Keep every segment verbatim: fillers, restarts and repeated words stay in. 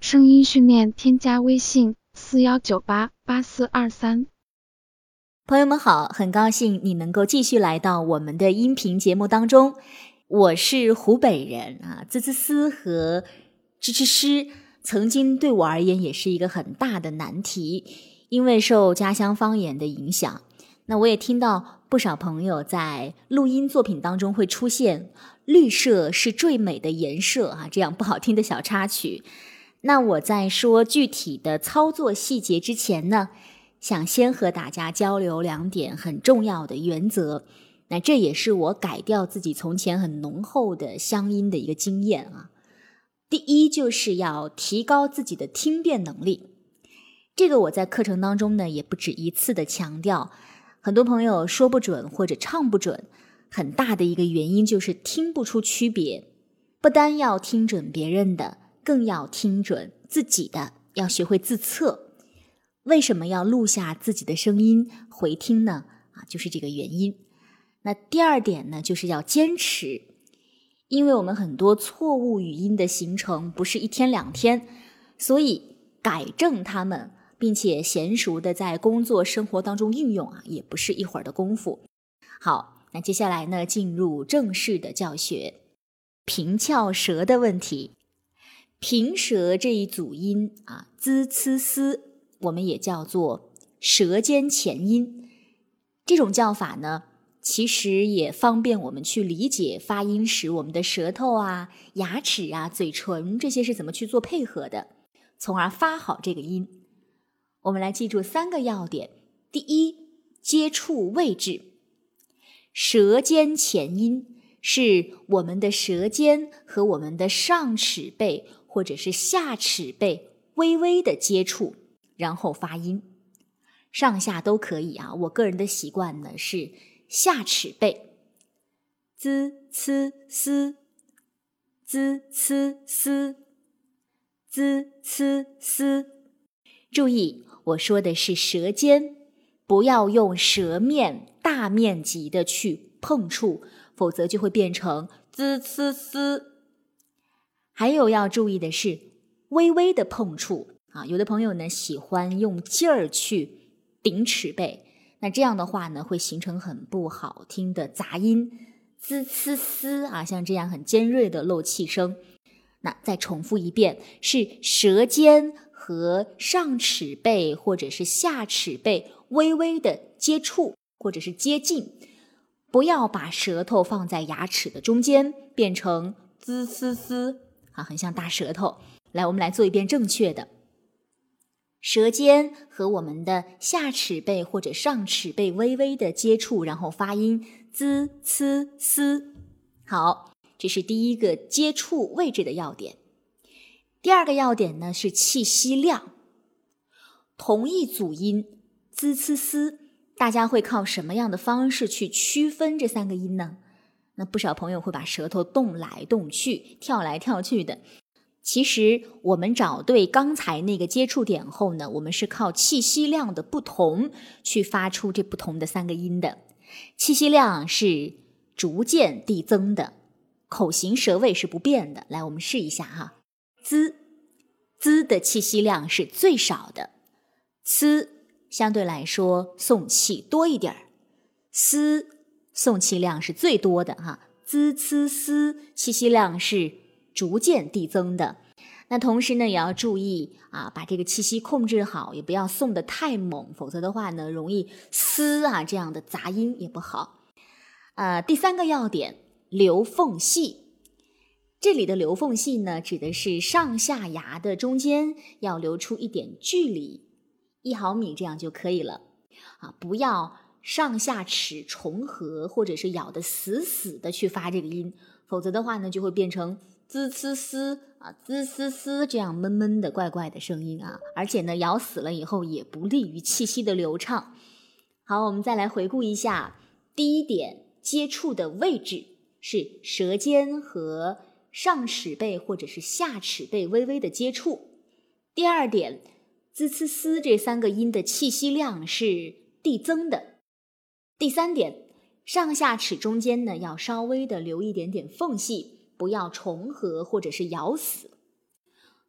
声音训练添加微信四一九八八四二三。 朋友们好，很高兴你能够继续来到我们的音频节目当中。我是湖北人啊，滋滋滋和吱吱吱曾经对我而言也是一个很大的难题，因为受家乡方言的影响。那我也听到不少朋友在录音作品当中会出现绿色是最美的颜色啊，这样不好听的小插曲。那我在说具体的操作细节之前呢，想先和大家交流两点很重要的原则。那这也是我改掉自己从前很浓厚的乡音的一个经验啊。第一，就是要提高自己的听辨能力。这个我在课程当中呢也不止一次的强调，很多朋友说不准或者唱不准，很大的一个原因就是听不出区别。不单要听准别人的，更要听准自己的，要学会自测。为什么要录下自己的声音回听呢？啊，就是这个原因。那第二点呢，就是要坚持，因为我们很多错误语音的形成不是一天两天，所以改正它们，并且娴熟的在工作生活当中运用啊，也不是一会儿的功夫。好，那接下来呢，进入正式的教学。平翘舌的问题，平舌这一组音啊，滋呲丝，我们也叫做舌尖前音。这种叫法呢，其实也方便我们去理解发音时我们的舌头啊、牙齿啊、嘴唇这些是怎么去做配合的，从而发好这个音。我们来记住三个要点。第一，接触位置。舌尖前音是我们的舌尖和我们的上齿背或者是下齿背微微的接触，然后发音。上下都可以啊，我个人的习惯呢是下齿背，滋呲丝，滋呲丝，滋呲丝。注意，我说的是舌尖，不要用舌面大面积的去碰触，否则就会变成滋呲丝。还有要注意的是微微的碰触啊，有的朋友呢喜欢用劲儿去顶齿背，那这样的话呢会形成很不好听的杂音，滋呲丝啊，像这样很尖锐的漏气声。那再重复一遍，是舌尖和上齿背或者是下齿背微微的接触或者是接近，不要把舌头放在牙齿的中间变成滋呲丝啊，很像大舌头。来，我们来做一遍正确的。舌尖和我们的下齿背或者上齿背微微的接触，然后发音滋呲丝。好，这是第一个接触位置的要点。第二个要点呢是气息量。同一组音滋呲丝，大家会靠什么样的方式去区分这三个音呢？那不少朋友会把舌头动来动去，跳来跳去的。其实我们找对刚才那个接触点后呢，我们是靠气息量的不同去发出这不同的三个音的。气息量是逐渐递增的，口型舌位是不变的。来，我们试一下哈。滋，滋的气息量是最少的，呲相对来说送气多一点儿，丝送气量是最多的哈。滋呲丝气息量是逐渐递增的。那同时呢也要注意啊，把这个气息控制好，也不要送得太猛，否则的话呢容易嘶啊这样的杂音也不好。呃，第三个要点，留缝隙。这里的留缝隙呢指的是上下牙的中间要留出一点距离，一毫米这样就可以了啊，不要上下齿重合或者是咬得死死的去发这个音，否则的话呢就会变成滋呲丝啊，滋呲丝这样闷闷的怪怪的声音啊，而且呢咬死了以后也不利于气息的流畅。好，我们再来回顾一下。第一点，接触的位置是舌尖和上齿背或者是下齿背微微的接触。第二点，滋呲丝这三个音的气息量是递增的。第三点，上下齿中间呢要稍微的留一点点缝隙，不要重合或者是咬死。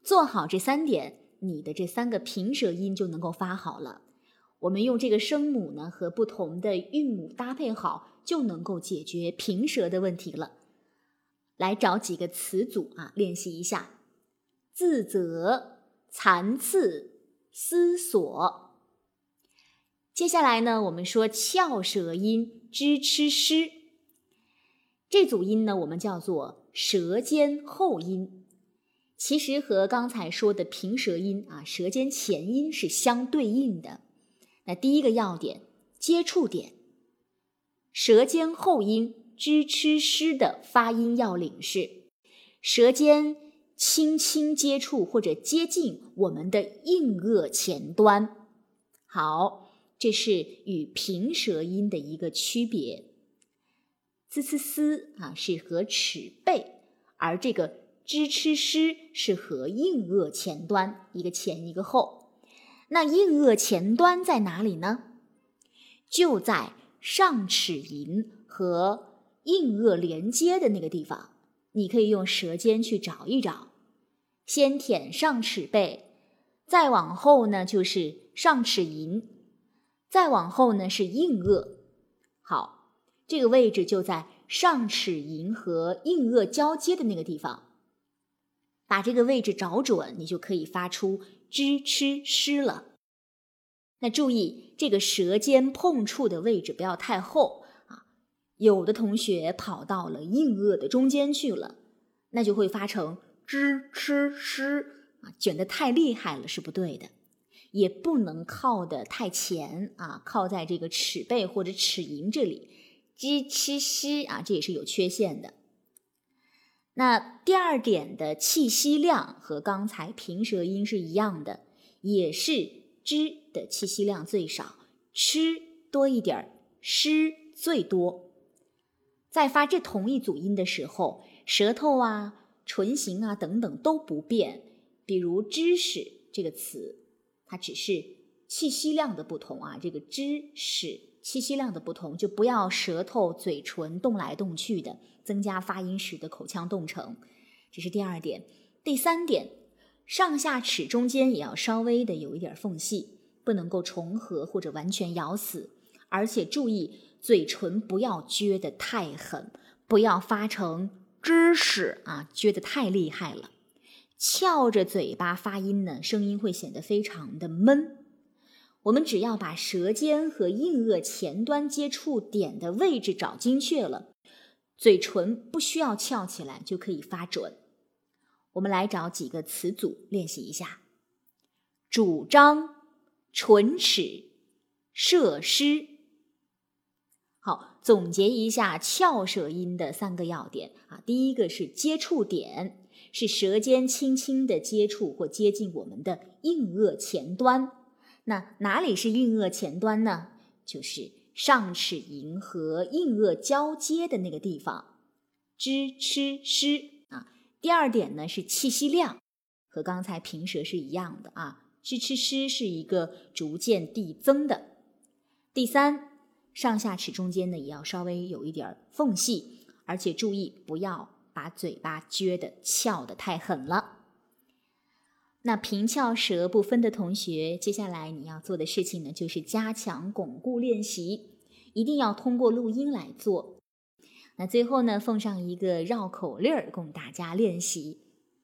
做好这三点，你的这三个平舌音就能够发好了。我们用这个声母呢和不同的韵母搭配好，就能够解决平舌的问题了。来找几个词组啊，练习一下。自责、残次、思索。接下来呢，我们说翘舌音 zh ch sh， 这组音呢我们叫做舌尖后音，其实和刚才说的平舌音啊，舌尖前音是相对应的。那第一个要点，接触点，舌尖后音 zh ch sh 的发音要领是舌尖轻轻接触或者接近我们的硬腭前端。好，这是与平舌音的一个区别。z c s 啊是和齿背，而这个 zh ch sh 是和硬腭前端，一个前一个后。那硬腭前端在哪里呢？就在上齿龈和硬腭连接的那个地方，你可以用舌尖去找一找。先舔上齿背，再往后呢就是上齿龈，再往后呢是硬腭。好，这个位置就在上齿龈和硬腭交接的那个地方，把这个位置找准，你就可以发出 zh ch sh 了。那注意这个舌尖碰触的位置不要太厚啊，有的同学跑到了硬腭的中间去了，那就会发成 zh ch sh 啊，卷得太厉害了是不对的。也不能靠得太前啊，靠在这个齿背或者齿龈这里 zh ch sh 啊，这也是有缺陷的。那第二点的气息量和刚才平舌音是一样的，也是 zh 的气息量最少， ch 多一点，sh 最多。在发这同一组音的时候，舌头啊、唇形啊等等都不变。比如知识这个词，它只是气息量的不同啊，这个知识气息量的不同，就不要舌头、嘴唇动来动去的，增加发音时的口腔动程。这是第二点。第三点，上下齿中间也要稍微的有一点缝隙，不能够重合或者完全咬死，而且注意嘴唇不要撅得太狠，不要发成知识啊，撅得太厉害了。翘着嘴巴发音呢，声音会显得非常的闷。我们只要把舌尖和硬腭前端接触点的位置找精确了，嘴唇不需要翘起来就可以发准。我们来找几个词组练习一下。主张、唇齿、设施。好，总结一下翘舌音的三个要点啊。第一个是接触点，是舌尖轻轻的接触或接近我们的硬腭前端。那哪里是硬腭前端呢？就是上齿龈和硬腭交接的那个地方 zh ch sh 啊。第二点呢是气息量，和刚才平舌是一样的啊 zh ch sh 是一个逐渐递增的。第三，上下齿中间呢也要稍微有一点缝隙，而且注意不要把嘴巴撅得翘得太狠了。那平翘舌不分的同学，接下来你要做的事情呢，就是加强巩固练习，一定要通过录音来做。那最后呢，奉上一个绕口令儿供大家练习。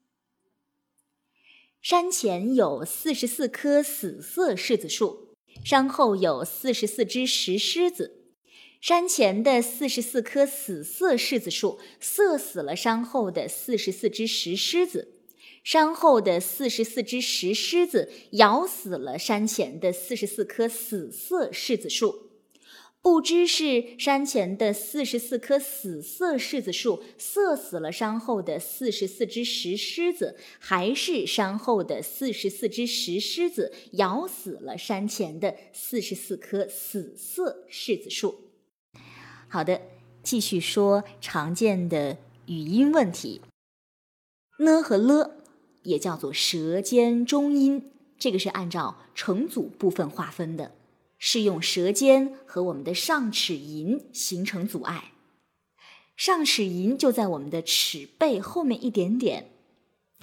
山前有四十四棵死色柿子树，山后有四十四只石狮子。山前的四十四棵死色柿子树射死了山后的四十四只石狮子，山后的四十四只石狮子咬死了山前的四十四棵死色柿子树。不知是山前的四十四棵死色柿子树射死了山后的四十四只石狮子，还是山后的四十四只石狮子咬死了山前的四十四棵死色柿子树。好的，继续说常见的语音问题。呢和了也叫做舌尖中音，这个是按照成组部分划分的，是用舌尖和我们的上齿龈形成阻碍。上齿龈就在我们的齿背后面一点点，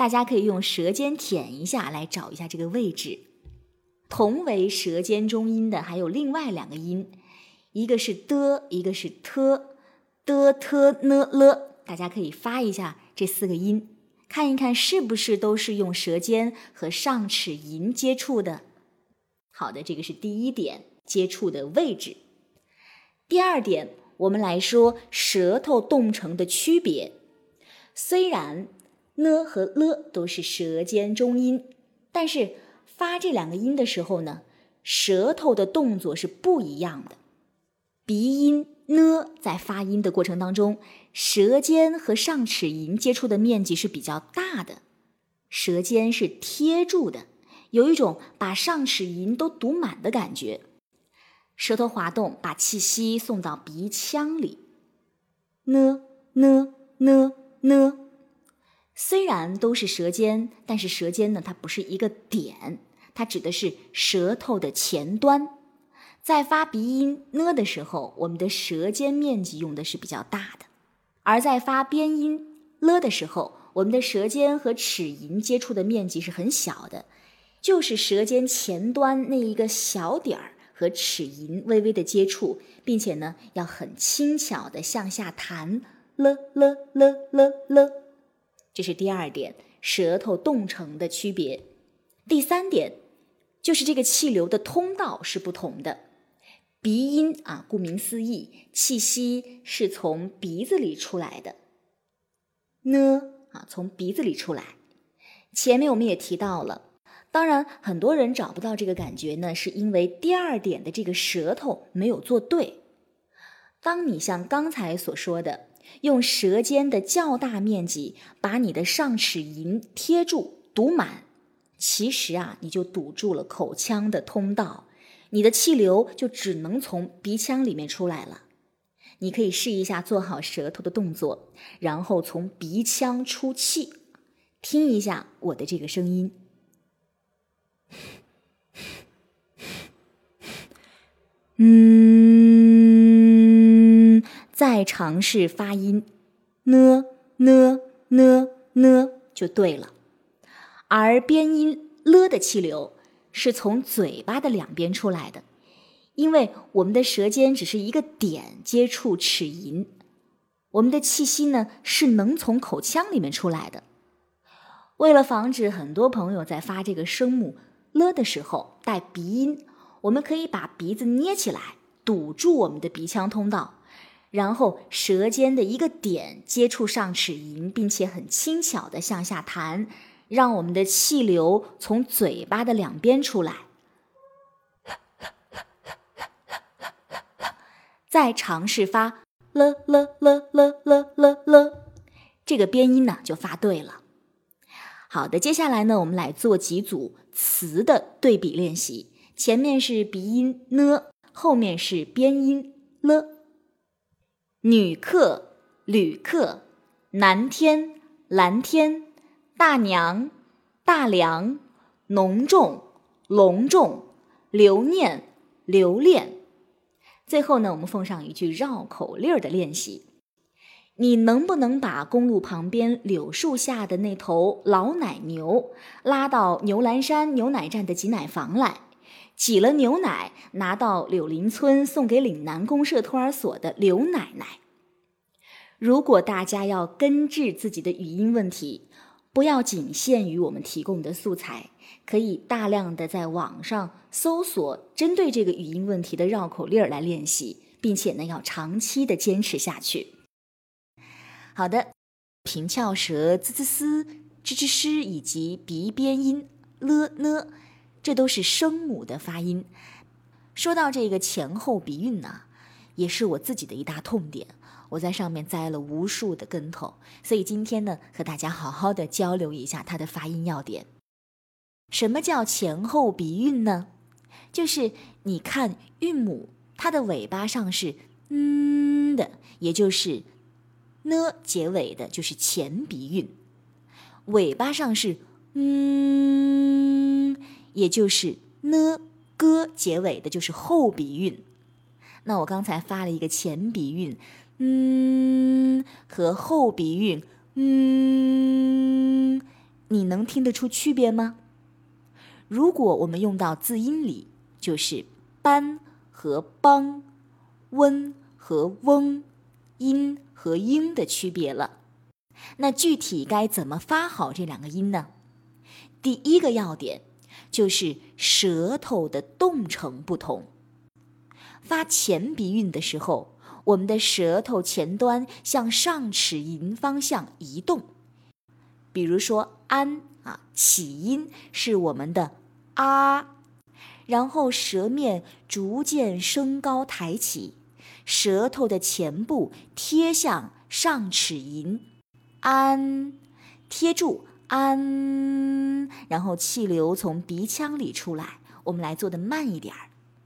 大家可以用舌尖舔一下来找一下这个位置。同为舌尖中音的还有另外两个音，一个是的，一个是特，的特呢了，大家可以发一下这四个音，看一看是不是都是用舌尖和上齿龈接触的。好的，这个是第一点，接触的位置。第二点，我们来说舌头动成的区别。虽然呢和了都是舌尖中音，但是发这两个音的时候呢，舌头的动作是不一样的。鼻音呢在发音的过程当中，舌尖和上齿龈接触的面积是比较大的，舌尖是贴住的，有一种把上齿龈都堵满的感觉。舌头滑动，把气息送到鼻腔里。呢呢呢呢，虽然都是舌尖，但是舌尖呢，它不是一个点，它指的是舌头的前端。在发鼻音呢的时候，我们的舌尖面积用的是比较大的，而在发边音了的时候，我们的舌尖和齿龈接触的面积是很小的，就是舌尖前端那一个小点儿和齿龈微微的接触，并且呢，要很轻巧的向下弹，了了了了了。这是第二点，舌头动成的区别。第三点，就是这个气流的通道是不同的。鼻音啊，顾名思义，气息是从鼻子里出来的。呢啊，从鼻子里出来。前面我们也提到了，当然很多人找不到这个感觉呢，是因为第二点的这个舌头没有做对。当你像刚才所说的，用舌尖的较大面积把你的上齿龈贴住堵满，其实啊，你就堵住了口腔的通道，你的气流就只能从鼻腔里面出来了。你可以试一下做好舌头的动作，然后从鼻腔出气，听一下我的这个声音。嗯，再尝试发音呢呢呢呢就对了。而边音了的气流是从嘴巴的两边出来的，因为我们的舌尖只是一个点接触齿龈，我们的气息呢是能从口腔里面出来的。为了防止很多朋友在发这个声母了的时候带鼻音，我们可以把鼻子捏起来，堵住我们的鼻腔通道，然后舌尖的一个点接触上齿龈，并且很轻巧地向下弹，让我们的气流从嘴巴的两边出来。再尝试发了了了了了了了，这个边音呢就发对了。好的，接下来呢，我们来做几组词的对比练习。前面是鼻音呢，后面是边音了。女客、旅客、南天、蓝天、大娘、大梁、浓重、隆重、留念、留恋。最后呢，我们奉上一句绕口令的练习。你能不能把公路旁边柳树下的那头老奶牛拉到牛栏山牛奶站的挤奶房来，挤了牛奶拿到柳林村送给岭南公社托儿所的刘奶奶？如果大家要根治自己的语音问题，不要仅限于我们提供的素材，可以大量的在网上搜索针对这个语音问题的绕口令来练习，并且呢要长期的坚持下去。好的，平翘舌、滋滋嘶、吱吱吱以及鼻边音了呢，这都是声母的发音。说到这个前后鼻韵呢，也是我自己的一大痛点，我在上面栽了无数的跟头，所以今天呢，和大家好好的交流一下它的发音要点。什么叫前后鼻韵呢？就是你看韵母，它的尾巴上是嗯的，也就是呢结尾的，就是前鼻韵；尾巴上是嗯，也就是呢歌结尾的，就是后鼻韵。那我刚才发了一个前鼻韵嗯和后鼻韵嗯， 你能听得出区别吗？如果我们用到字音里，就是班和帮，温和翁，音和英的区别了。那具体该怎么发好这两个音呢？第一个要点就是舌头的动程不同。发前鼻韵的时候，我们的舌头前端向上齿龈方向移动。比如说安啊，起音是我们的啊，然后舌面逐渐升高抬起，舌头的前部贴向上齿龈，安，贴住安，然后气流从鼻腔里出来。我们来做的慢一点儿，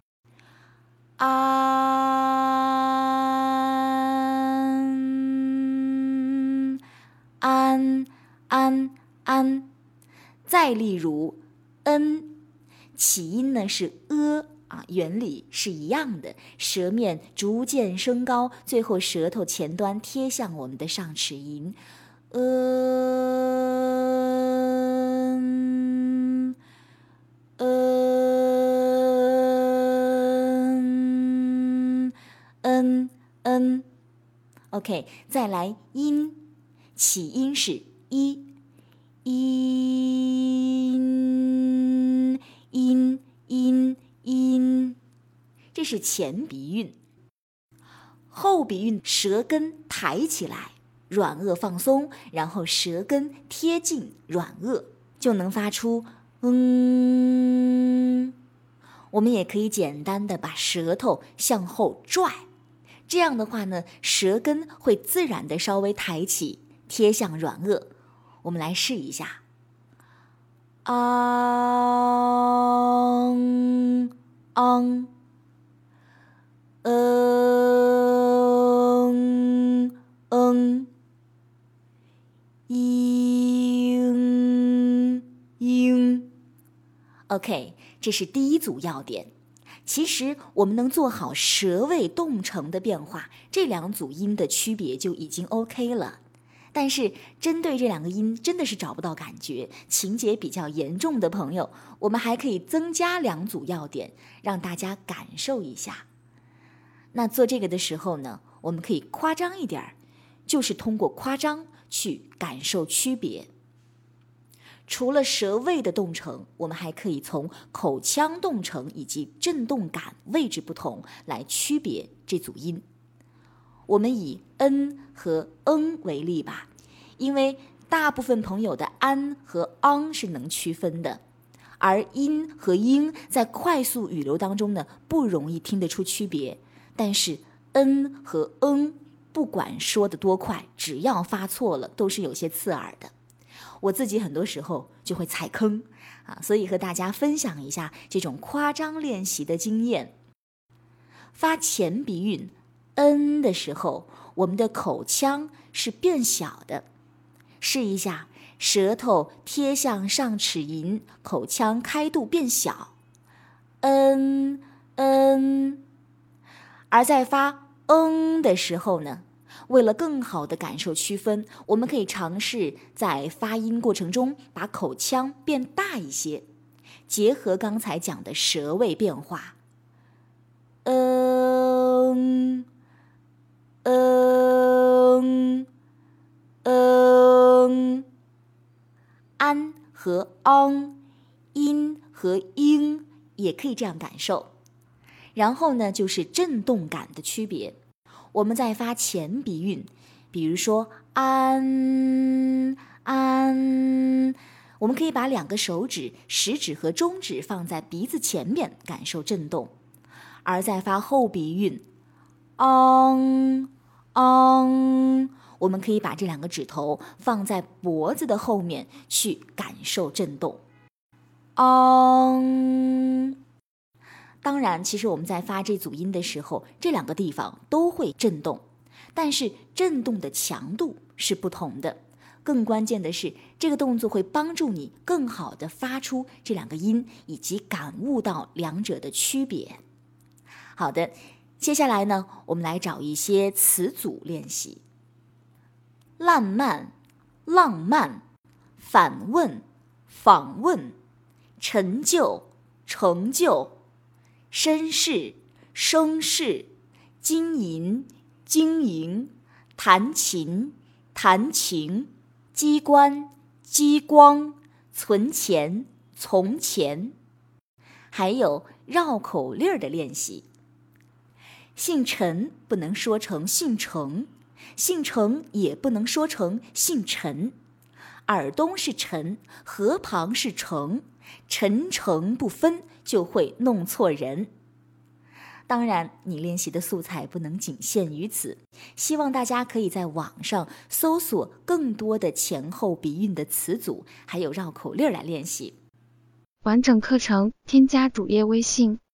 安，安，安，安。再例如恩，起音呢是呃啊，原理是一样的，舌面逐渐升高，最后舌头前端贴向我们的上齿龈。嗯，嗯，嗯，嗯。OK， 再来音，起音是一，音，音，音，音，这是前鼻韵。后鼻韵，舌根抬起来，软腭放松，然后舌根贴近软腭，就能发出嗯。我们也可以简单的把舌头向后拽，这样的话呢，舌根会自然的稍微抬起，贴向软腭。我们来试一下，昂，昂，嗯，嗯，嘤，嘤。OK， 这是第一组要点。其实我们能做好舌位动程的变化，这两组音的区别就已经 OK 了。但是针对这两个音真的是找不到感觉，情节比较严重的朋友，我们还可以增加两组要点，让大家感受一下。那做这个的时候呢，我们可以夸张一点，就是通过夸张去感受区别。除了舌位的动程，我们还可以从口腔动程以及振动感位置不同来区别这组音。我们以恩和嗯为例吧，因为大部分朋友的安和昂是能区分的，而音和英在快速语流当中呢，不容易听得出区别。但是恩和嗯，不管说得多快，只要发错了，都是有些刺耳的。我自己很多时候就会踩坑啊，所以和大家分享一下这种夸张练习的经验。发前鼻韵恩的时候，我们的口腔是变小的。试一下，舌头贴向上齿龈，口腔开度变小，嗯，嗯。而在发嗯的时候呢，为了更好的感受区分，我们可以尝试在发音过程中把口腔变大一些，结合刚才讲的舌位变化，嗯，嗯，嗯，安和昂，音和英也可以这样感受。然后呢，就是振动感的区别。我们在发前鼻韵，比如说安，安，我们可以把两个手指，食指和中指放在鼻子前面，感受振动。而在发后鼻韵昂，昂，我们可以把这两个指头放在脖子的后面，去感受振动。昂。当然，其实我们在发这组音的时候，这两个地方都会震动，但是震动的强度是不同的。更关键的是，这个动作会帮助你更好地发出这两个音，以及感悟到两者的区别。好的，接下来呢，我们来找一些词组练习。浪漫，浪漫， 反问、访问、陈旧、成就、绅士、声势、经营、经营、弹琴、弹情、机关、激光、存钱、从前。还有绕口令儿的练习。姓陈不能说成姓程，姓程也不能说成姓陈。耳东是陈，河旁是程，陈程不分就会弄错人。当然，你练习的素材不能仅限于此，希望大家可以在网上搜索更多的前后鼻韵的词组，还有绕口令儿来练习。 完整课程添加主页微信